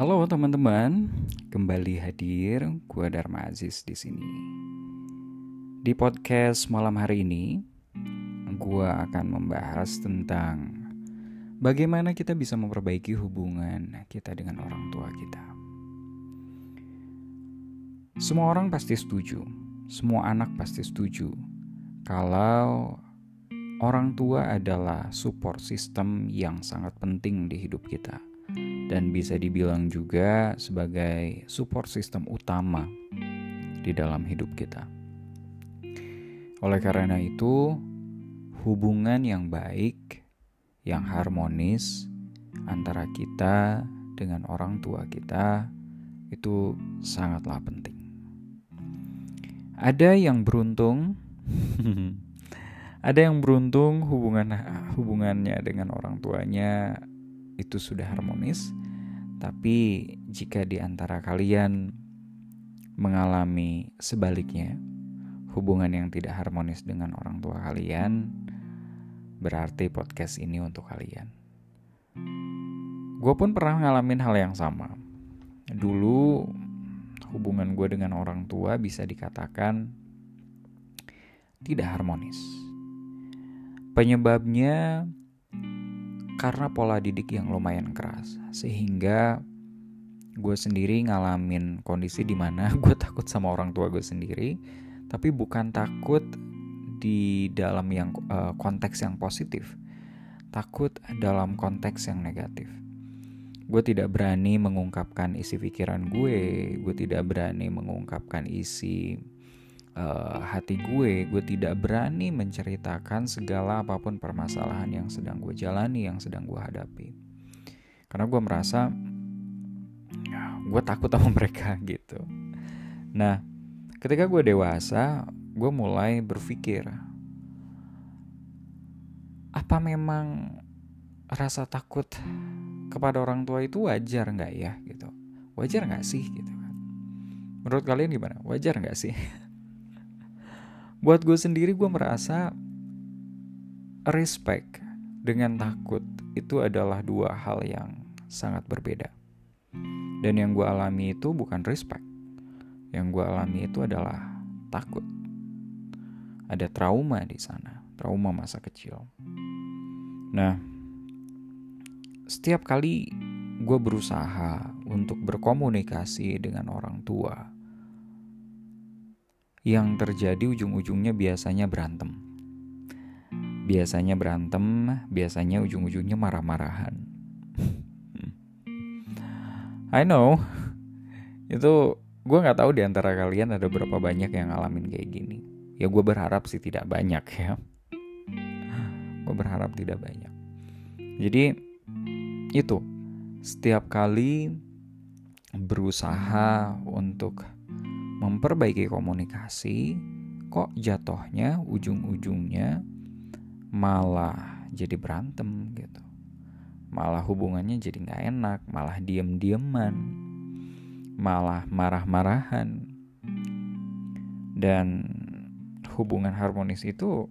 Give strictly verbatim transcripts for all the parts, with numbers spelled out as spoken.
Halo teman-teman, kembali hadir gua Dharma Aziz di sini. Di podcast malam hari ini, gua akan membahas tentang bagaimana kita bisa memperbaiki hubungan kita dengan orang tua kita. Semua orang pasti setuju, semua anak pasti setuju kalau orang tua adalah support system yang sangat penting di hidup kita. Dan bisa dibilang juga sebagai support system utama di dalam hidup kita. Oleh karena itu, hubungan yang baik, yang harmonis antara kita dengan orang tua kita itu sangatlah penting. Ada yang beruntung, ada yang beruntung hubungan hubungannya dengan orang tuanya itu sudah harmonis. Tapi jika di antara kalian mengalami sebaliknya, hubungan yang tidak harmonis dengan orang tua kalian, berarti podcast ini untuk kalian. Gue pun pernah ngalamin hal yang sama. Dulu hubungan gue dengan orang tua bisa dikatakan tidak harmonis. Penyebabnya karena pola didik yang lumayan keras, sehingga gue sendiri ngalamin kondisi di mana gue takut sama orang tua gue sendiri, tapi bukan takut di dalam yang uh, konteks yang positif, takut dalam konteks yang negatif. Gue tidak berani mengungkapkan isi pikiran gue, gue tidak berani mengungkapkan isi Uh, hati gue, gue tidak berani menceritakan segala apapun permasalahan yang sedang gue jalani, yang sedang gue hadapi. Karena gue merasa gue takut sama mereka gitu. Nah, ketika gue dewasa, gue mulai berpikir, apa memang rasa takut kepada orang tua itu wajar gak ya gitu? Wajar gak sih gitu kan? Menurut kalian gimana? Wajar gak sih? Buat gue sendiri, gue merasa respect dengan takut itu adalah dua hal yang sangat berbeda. Dan yang gue alami itu bukan respect. Yang gue alami itu adalah takut. Ada trauma di sana, trauma masa kecil. Nah, setiap kali gue berusaha untuk berkomunikasi dengan orang tua, yang terjadi ujung-ujungnya biasanya berantem. Biasanya berantem, biasanya ujung-ujungnya marah-marahan. I know, itu gue gak tahu di antara kalian ada berapa banyak yang ngalamin kayak gini. Ya gue berharap sih tidak banyak ya. Gue berharap tidak banyak. Jadi itu, setiap kali berusaha untuk memperbaiki komunikasi, kok jatuhnya ujung-ujungnya malah jadi berantem gitu. Malah hubungannya jadi gak enak, malah diem-dieman, malah marah-marahan. Dan hubungan harmonis itu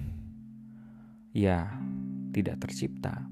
ya tidak tercipta.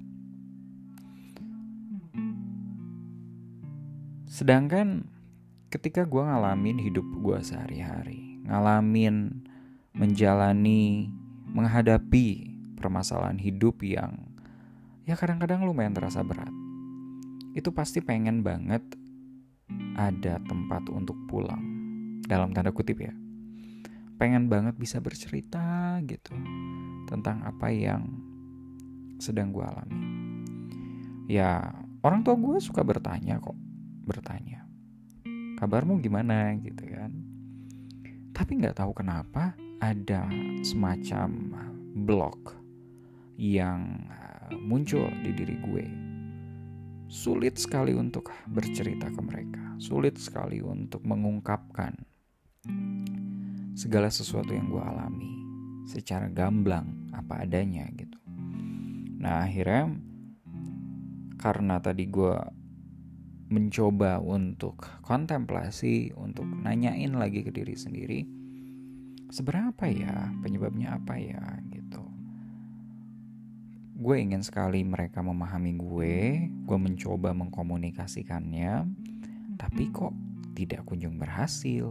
Sedangkan ketika gue ngalamin hidup gue sehari-hari, ngalamin, menjalani, menghadapi permasalahan hidup yang ya kadang-kadang lumayan terasa berat, itu pasti pengen banget ada tempat untuk pulang, dalam tanda kutip ya. Pengen banget bisa bercerita gitu tentang apa yang sedang gue alami. Ya, orang tua gue suka bertanya kok, bertanya. Kabarmu gimana gitu kan. Tapi gak tahu kenapa ada semacam blok yang muncul di diri gue. Sulit sekali untuk bercerita ke mereka, sulit sekali untuk mengungkapkan segala sesuatu yang gue alami secara gamblang apa adanya gitu. Nah akhirnya karena tadi gue mencoba untuk kontemplasi, untuk nanyain lagi ke diri sendiri, sebenarnya apa ya, penyebabnya apa ya gitu. gue ingin sekali mereka memahami gue. Gue mencoba mengkomunikasikannya, tapi kok tidak kunjung berhasil.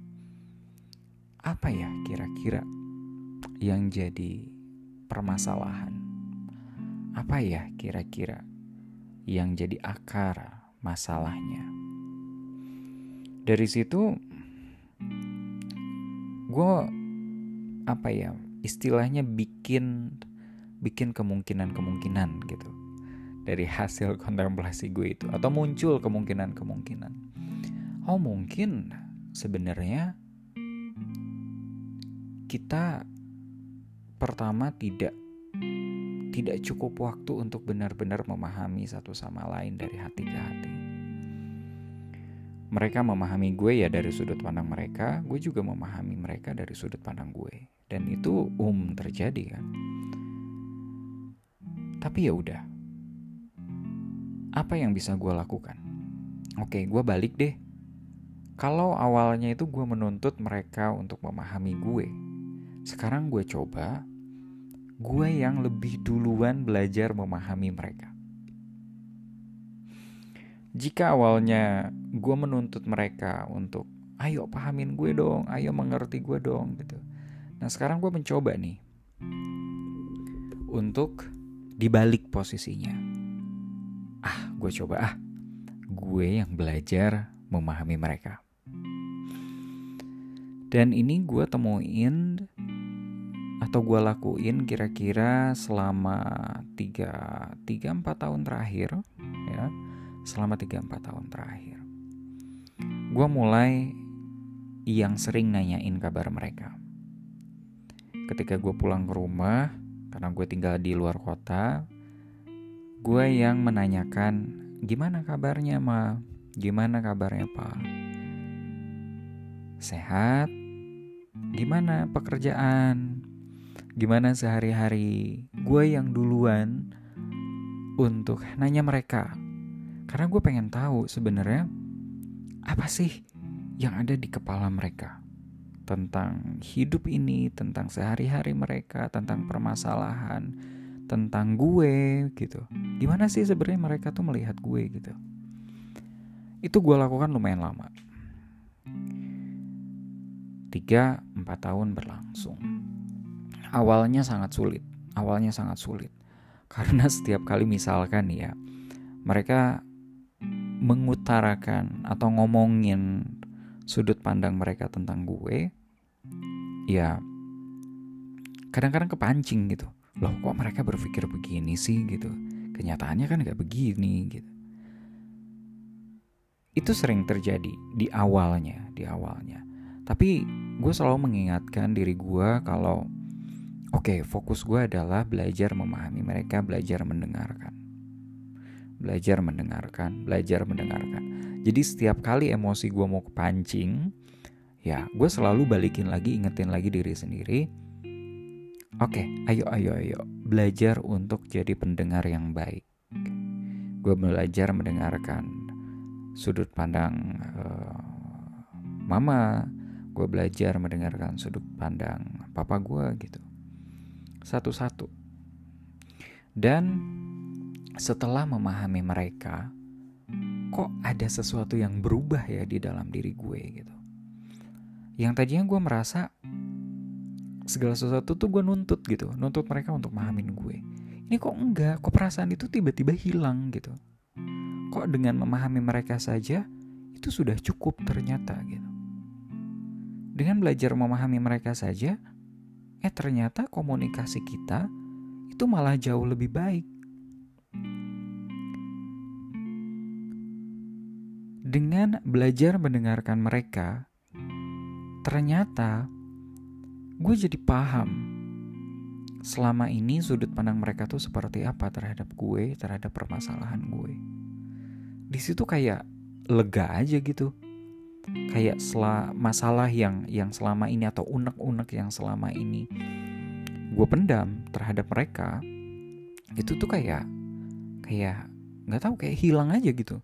Apa ya kira-kira yang jadi permasalahan? Apa ya kira-kira yang jadi akar masalahnya? Dari situ gue apa ya istilahnya bikin bikin kemungkinan-kemungkinan gitu dari hasil kontemplasi gue itu, atau muncul kemungkinan-kemungkinan. Oh mungkin sebenarnya kita pertama tidak tidak cukup waktu untuk benar-benar memahami satu sama lain dari hati ke hati. Mereka memahami gue ya dari sudut pandang mereka, gue juga memahami mereka dari sudut pandang gue, dan itu umum terjadi kan. Tapi ya udah, apa yang bisa gue lakukan? Oke, gue balik deh. Kalau awalnya itu gue menuntut mereka untuk memahami gue, sekarang gue coba gue yang lebih duluan belajar memahami mereka. Jika awalnya gue menuntut mereka untuk ayo pahamin gue dong, ayo mengerti gue dong gitu. Nah sekarang gue mencoba nih untuk dibalik posisinya. Ah gue coba ah, gue yang belajar memahami mereka. Dan ini gue temuin atau gue lakuin kira-kira selama tiga empat tahun terakhir ya. Selama tiga empat tahun terakhir gue mulai yang sering nanyain kabar mereka. Ketika gue pulang ke rumah, karena gue tinggal di luar kota, gue yang menanyakan, gimana kabarnya ma? Gimana kabarnya pa? Sehat? Gimana pekerjaan? Gimana sehari-hari? Gue yang duluan untuk nanya mereka. Karena gue pengen tahu sebenarnya apa sih yang ada di kepala mereka tentang hidup ini, tentang sehari-hari mereka, tentang permasalahan, tentang gue gitu. Gimana sih sebenarnya mereka tuh melihat gue gitu. Itu gue lakukan lumayan lama. tiga empat tahun berlangsung. Awalnya sangat sulit. Awalnya sangat sulit. Karena setiap kali misalkan ya, mereka mengutarakan atau ngomongin sudut pandang mereka tentang gue, ya kadang-kadang kepancing gitu. Loh kok mereka berpikir begini sih gitu. Kenyataannya kan gak begini gitu. Itu sering terjadi di awalnya, di awalnya. Tapi gue selalu mengingatkan diri gue kalau oke, okay, fokus gue adalah belajar memahami mereka, belajar mendengarkan. Belajar mendengarkan, belajar mendengarkan. Jadi setiap kali emosi gue mau kepancing, ya gue selalu balikin lagi, ingetin lagi diri sendiri. Oke, okay, ayo, ayo, ayo. Belajar untuk jadi pendengar yang baik. Gue belajar mendengarkan sudut pandang uh, mama. Gue belajar mendengarkan sudut pandang papa gue gitu. Satu-satu. Dan setelah memahami mereka, kok ada sesuatu yang berubah ya di dalam diri gue gitu. Yang tadinya gue merasa segala sesuatu tuh gue nuntut gitu, nuntut mereka untuk memahamin gue. Ini kok enggak, kok perasaan itu tiba-tiba hilang gitu. Kok dengan memahami mereka saja itu sudah cukup ternyata gitu. Dengan belajar memahami mereka saja, eh ternyata komunikasi kita itu malah jauh lebih baik. Dengan belajar mendengarkan mereka, ternyata gue jadi paham selama ini sudut pandang mereka tuh seperti apa terhadap gue, terhadap permasalahan gue. Di situ kayak lega aja gitu. Kayak sel- masalah yang yang selama ini atau unek-unek yang selama ini gue pendam terhadap mereka, itu tuh kayak kayak nggak tahu kayak hilang aja gitu.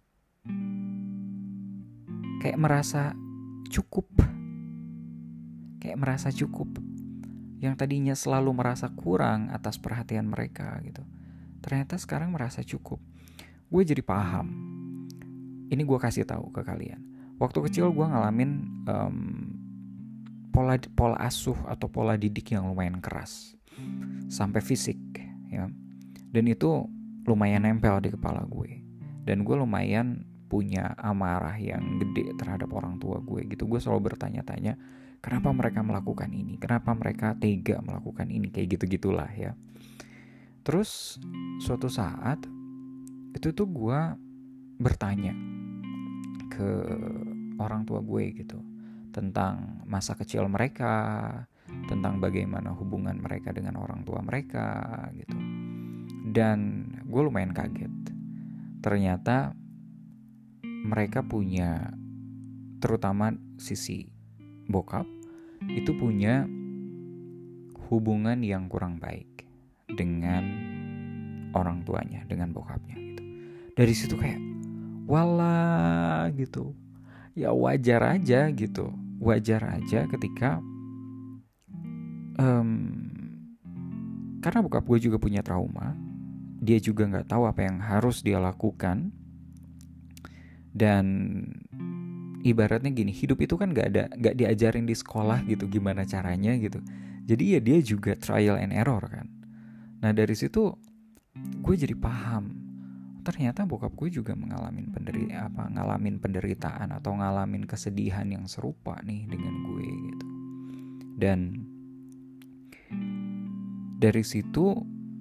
Kayak merasa cukup. Kayak merasa cukup. Yang tadinya selalu merasa kurang atas perhatian mereka gitu. ternyata sekarang merasa cukup. Gue jadi paham. Ini gue kasih tahu ke kalian. Waktu kecil gue ngalamin um, pola pola asuh atau pola didik yang lumayan keras, sampai fisik, ya. Dan itu lumayan nempel di kepala gue. Dan gue lumayan punya amarah yang gede terhadap orang tua gue gitu. Gue selalu bertanya-tanya, kenapa mereka melakukan ini? Kenapa mereka tega melakukan ini? Kayak gitu-gitulah ya. Terus suatu saat itu tuh gue bertanya ke orang tua gue gitu, tentang masa kecil mereka, tentang bagaimana hubungan mereka dengan orang tua mereka gitu. Dan gue lumayan kaget. Ternyata mereka punya, terutama sisi bokap, itu punya hubungan yang kurang baik dengan orang tuanya, dengan bokapnya gitu. Dari situ kayak walah gitu. Ya wajar aja gitu. Wajar aja ketika um, karena bokap gue juga punya trauma. Dia juga gak tahu apa yang harus dia lakukan. Dan ibaratnya gini, hidup itu kan gak ada, gak diajarin di sekolah gitu gimana caranya gitu. Jadi ya dia juga trial and error kan. Nah dari situ gue jadi paham, ternyata bokap gue juga mengalami penderi apa ngalamin penderitaan atau ngalamin kesedihan yang serupa nih dengan gue gitu. Dan dari situ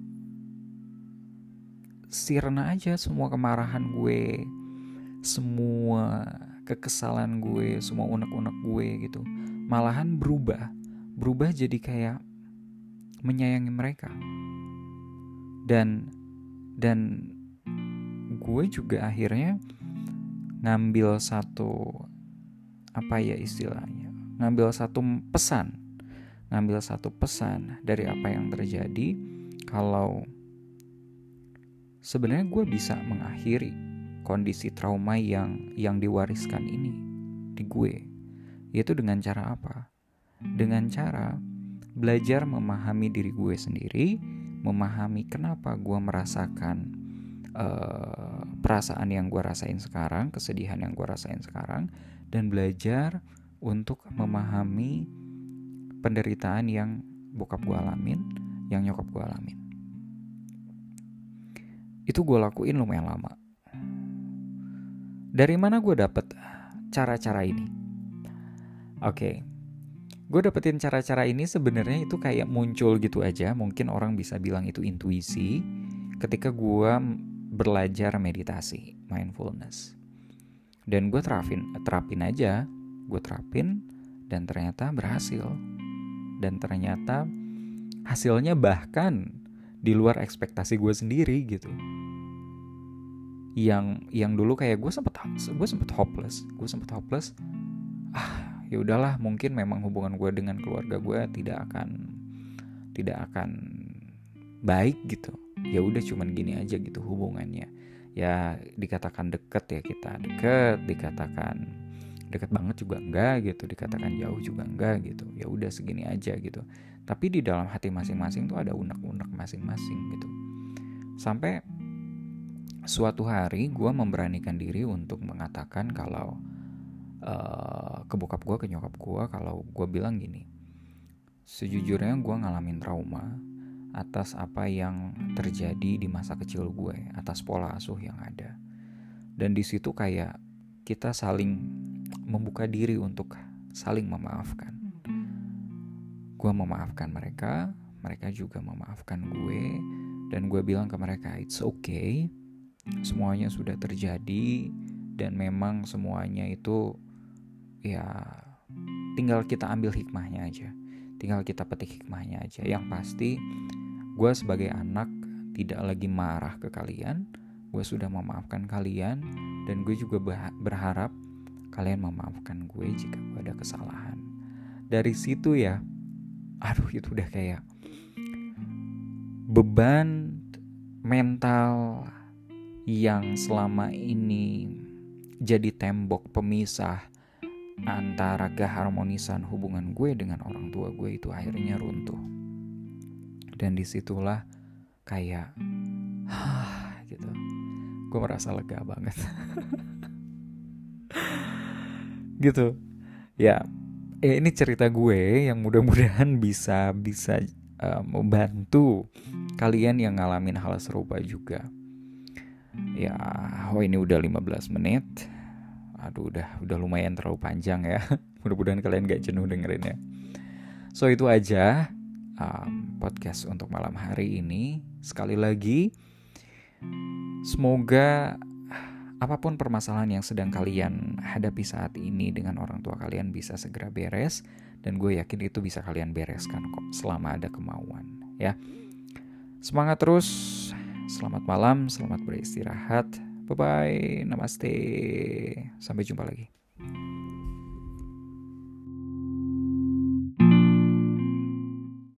sirna aja semua kemarahan gue, semua kekesalan gue, semua unek-unek gue gitu. Malahan berubah, berubah jadi kayak menyayangi mereka. Dan dan gue juga akhirnya ngambil satu apa ya istilahnya, ngambil satu pesan, ngambil satu pesan dari apa yang terjadi, kalau sebenarnya gue bisa mengakhiri kondisi trauma yang yang diwariskan ini di gue, yaitu dengan cara apa? Dengan cara belajar memahami diri gue sendiri, memahami kenapa gue merasakan uh, perasaan yang gue rasain sekarang, kesedihan yang gue rasain sekarang, dan belajar untuk memahami penderitaan yang bokap gue alamin, yang nyokap gue alamin. Itu gue lakuin lumayan lama. Dari mana gue dapet cara-cara ini? Oke, okay. Gue dapetin cara-cara ini sebenarnya itu kayak muncul gitu aja. Mungkin orang bisa bilang itu intuisi. Ketika gue belajar meditasi, mindfulness, dan gue terapin, terapin aja, gue terapin, dan ternyata berhasil. Dan ternyata hasilnya bahkan di luar ekspektasi gue sendiri gitu. Yang yang dulu kayak gue sempet gue sempet hopeless, gue sempet hopeless. Ah, ya udahlah, mungkin memang hubungan gue dengan keluarga gue tidak akan tidak akan baik gitu. Ya udah cuman gini aja gitu hubungannya. Ya dikatakan deket ya kita deket, dikatakan deket banget juga enggak gitu, dikatakan jauh juga enggak gitu. Ya udah segini aja gitu. Tapi di dalam hati masing-masing tuh ada unek-unek masing-masing gitu. Sampai suatu hari gue memberanikan diri untuk mengatakan kalau uh, ke bokap gue, ke nyokap gue, kalau gue bilang gini, sejujurnya gue ngalamin trauma atas apa yang terjadi di masa kecil gue, atas pola asuh yang ada. Dan di situ kayak kita saling membuka diri untuk saling memaafkan. Gue memaafkan mereka, mereka juga memaafkan gue, dan gue bilang ke mereka, it's okay, semuanya sudah terjadi, dan memang semuanya itu ya tinggal kita ambil hikmahnya aja, tinggal kita petik hikmahnya aja. Yang pasti gue sebagai anak tidak lagi marah ke kalian, gue sudah memaafkan kalian, dan gue juga berharap kalian memaafkan gue jika gue ada kesalahan. Dari situ ya, aduh itu udah kayak beban mental yang selama ini jadi tembok pemisah antara keharmonisan hubungan gue dengan orang tua gue itu akhirnya runtuh. Dan disitulah kayak gitu. Gue merasa lega banget. Gitu. Ya, eh, ini cerita gue yang mudah-mudahan bisa bisa uh, membantu kalian yang ngalamin hal serupa juga. Ya, oh ini udah lima belas menit. Aduh, udah udah lumayan terlalu panjang ya. Mudah-mudahan kalian gak jenuh dengerin ya. So itu aja um, podcast untuk malam hari ini. Sekali lagi, semoga apapun permasalahan yang sedang kalian hadapi saat ini dengan orang tua kalian bisa segera beres. Dan gue yakin itu bisa kalian bereskan kok selama ada kemauan ya. Semangat terus, selamat malam, selamat beristirahat. Bye-bye, namaste, sampai jumpa lagi.